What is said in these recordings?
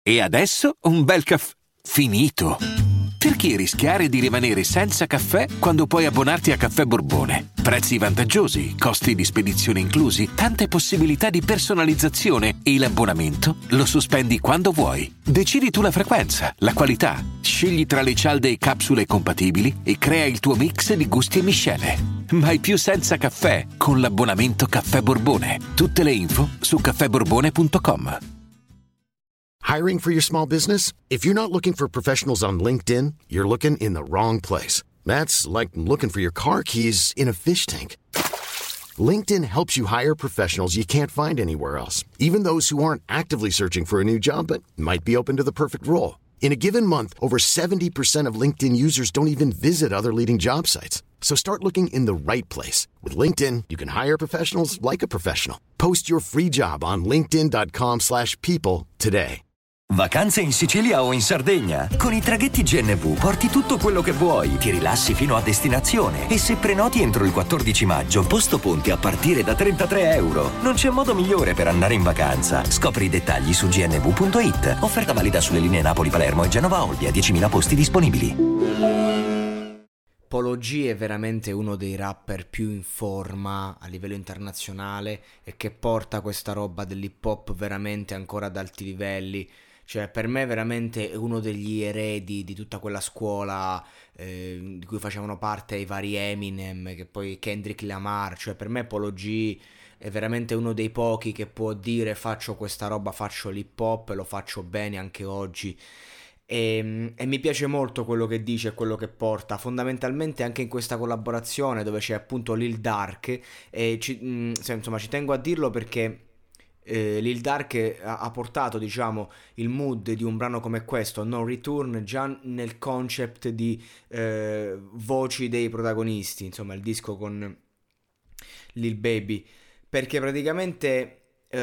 E adesso un bel caffè finito. Perché rischiare di rimanere senza caffè quando puoi abbonarti a Caffè Borbone? Prezzi vantaggiosi, costi di spedizione inclusi, tante possibilità di personalizzazione e l'abbonamento lo sospendi quando vuoi. Decidi tu la frequenza, la qualità, scegli tra le cialde e capsule compatibili e crea il tuo mix di gusti e miscele. Mai più senza caffè con l'abbonamento Caffè Borbone. Tutte le info su caffèborbone.com. Hiring for your small business? If you're not looking for professionals on LinkedIn, you're looking in the wrong place. That's like looking for your car keys in a fish tank. LinkedIn helps you hire professionals you can't find anywhere else, even those who aren't actively searching for a new job but might be open to the perfect role. In a given month, over 70% of LinkedIn users don't even visit other leading job sites. So start looking in the right place. With LinkedIn, you can hire professionals like a professional. Post your free job on linkedin.com/people today. Vacanze in Sicilia o in Sardegna? Con i traghetti GNV porti tutto quello che vuoi, ti rilassi fino a destinazione e se prenoti entro il 14 maggio, posto ponti a partire da €33. Non c'è modo migliore per andare in vacanza. Scopri i dettagli su gnv.it. Offerta valida sulle linee Napoli-Palermo e Genova-Olbia, 10.000 posti disponibili. Polo G è veramente uno dei rapper più in forma a livello internazionale e che porta questa roba dell'hip hop veramente ancora ad alti livelli. Cioè, per me veramente è uno degli eredi di tutta quella scuola di cui facevano parte i vari Eminem, che poi Kendrick Lamar. Cioè, per me Polo G è veramente uno dei pochi che può dire faccio questa roba, faccio l'hip hop e lo faccio bene anche oggi. E mi piace molto quello che dice e quello che porta, fondamentalmente anche in questa collaborazione dove c'è appunto Lil Durk. E insomma, ci tengo a dirlo perché Lil Durk ha portato, diciamo, il mood di un brano come questo, No Return, già nel concept di voci dei protagonisti, insomma il disco con Lil Baby, perché praticamente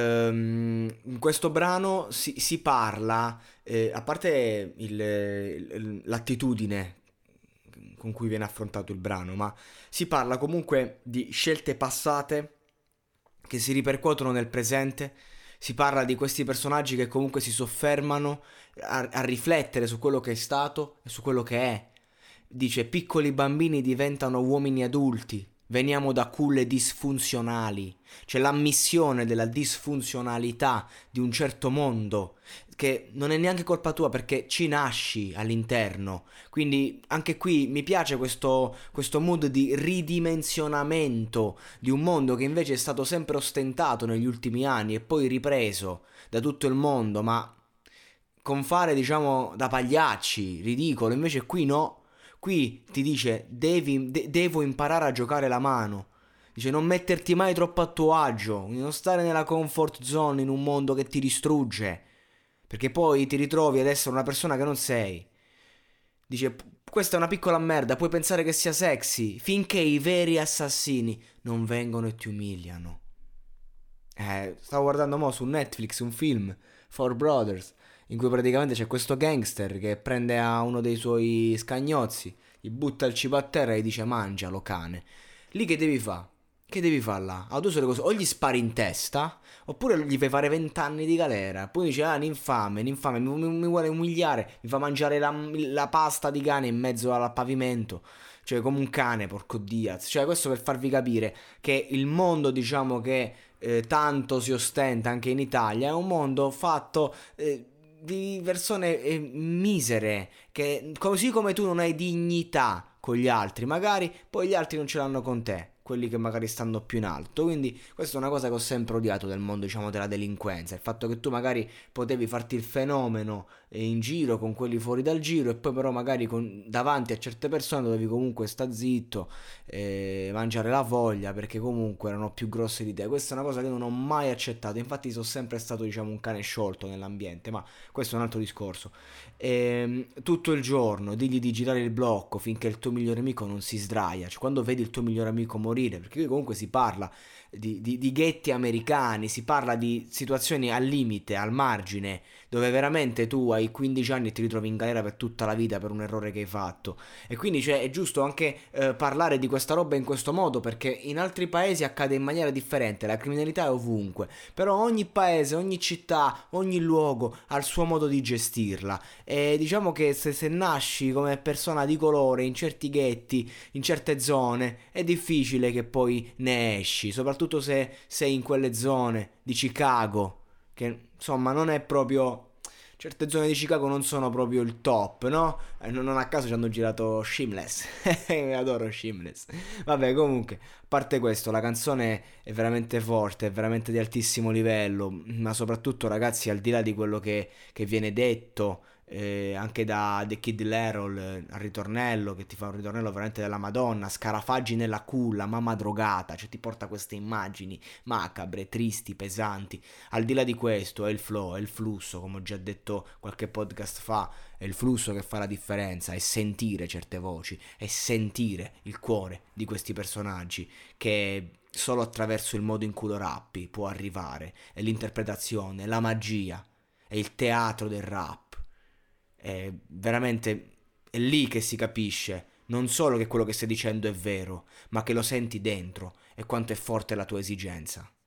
in questo brano si parla, a parte l'attitudine con cui viene affrontato il brano, ma si parla comunque di scelte passate che si ripercuotono nel presente. Si parla di questi personaggi che comunque si soffermano a riflettere su quello che è stato e su quello che è. Dice: piccoli bambini diventano uomini adulti, veniamo da culle disfunzionali. C'è l'ammissione della disfunzionalità di un certo mondo, che non è neanche colpa tua perché ci nasci all'interno. Quindi anche qui mi piace questo mood di ridimensionamento di un mondo che invece è stato sempre ostentato negli ultimi anni e poi ripreso da tutto il mondo, ma con fare, diciamo, da pagliacci, ridicolo. Invece qui no. Qui ti dice devo imparare a giocare la mano. Dice non metterti mai troppo a tuo agio, non stare nella comfort zone in un mondo che ti distrugge, perché poi ti ritrovi ad essere una persona che non sei. Dice questa è una piccola merda, puoi pensare che sia sexy finché i veri assassini non vengono e ti umiliano. Stavo guardando mo su Netflix un film, Four Brothers, in cui praticamente c'è questo gangster che prende a uno dei suoi scagnozzi, gli butta il cibo a terra e gli dice mangialo cane. Lì che devi fare? Che devi fare là? A due sono le cose: o gli spari in testa oppure gli fai fare 20 anni di galera. Poi dice l'infame mi vuole umiliare, mi fa mangiare la pasta di cane in mezzo al pavimento, cioè come un cane, porco Diaz. Cioè questo per farvi capire che il mondo, diciamo, che tanto si ostenta anche in Italia è un mondo fatto di persone misere, che così come tu non hai dignità con gli altri, magari poi gli altri non ce l'hanno con te, quelli che magari stanno più in alto. Quindi questa è una cosa che ho sempre odiato del mondo, diciamo, della delinquenza, il fatto che tu magari potevi farti il fenomeno in giro con quelli fuori dal giro e poi però magari davanti a certe persone dovevi comunque sta zitto, mangiare la foglia perché comunque erano più grossi di te. Questa è una cosa che non ho mai accettato, infatti sono sempre stato, diciamo, un cane sciolto nell'ambiente, ma questo è un altro discorso. Tutto il giorno digli di girare il blocco finché il tuo migliore amico non si sdraia. Cioè, quando vedi il tuo migliore amico morire, perché qui comunque si parla di ghetti americani, si parla di situazioni al limite, al margine, dove veramente tu hai 15 anni e ti ritrovi in galera per tutta la vita per un errore che hai fatto. E quindi cioè, è giusto anche parlare di questa roba in questo modo, perché in altri paesi accade in maniera differente, la criminalità è ovunque, però ogni paese, ogni città, ogni luogo ha il suo modo di gestirla. E diciamo che se nasci come persona di colore in certi ghetti, in certe zone, è difficile che poi ne esci, soprattutto se sei in quelle zone di Chicago, che insomma non è proprio... Certe zone di Chicago non sono proprio il top, no? Non a caso ci hanno girato Shameless. Adoro Shameless. Vabbè, comunque, a parte questo, la canzone è veramente forte, è veramente di altissimo livello, ma soprattutto, ragazzi, al di là di quello che viene detto, anche da The Kid Laroi al ritornello, che ti fa un ritornello veramente della Madonna, scarafaggi nella culla, mamma drogata, cioè ti porta queste immagini macabre, tristi, pesanti. Al di là di questo è il flow, è il flusso, come ho già detto qualche podcast fa, è il flusso che fa la differenza, è sentire certe voci, è sentire il cuore di questi personaggi che solo attraverso il modo in cui lo rappi può arrivare, è l'interpretazione, la magia, è il teatro del rap. È veramente è lì che si capisce non solo che quello che stai dicendo è vero, ma che lo senti dentro e quanto è forte la tua esigenza.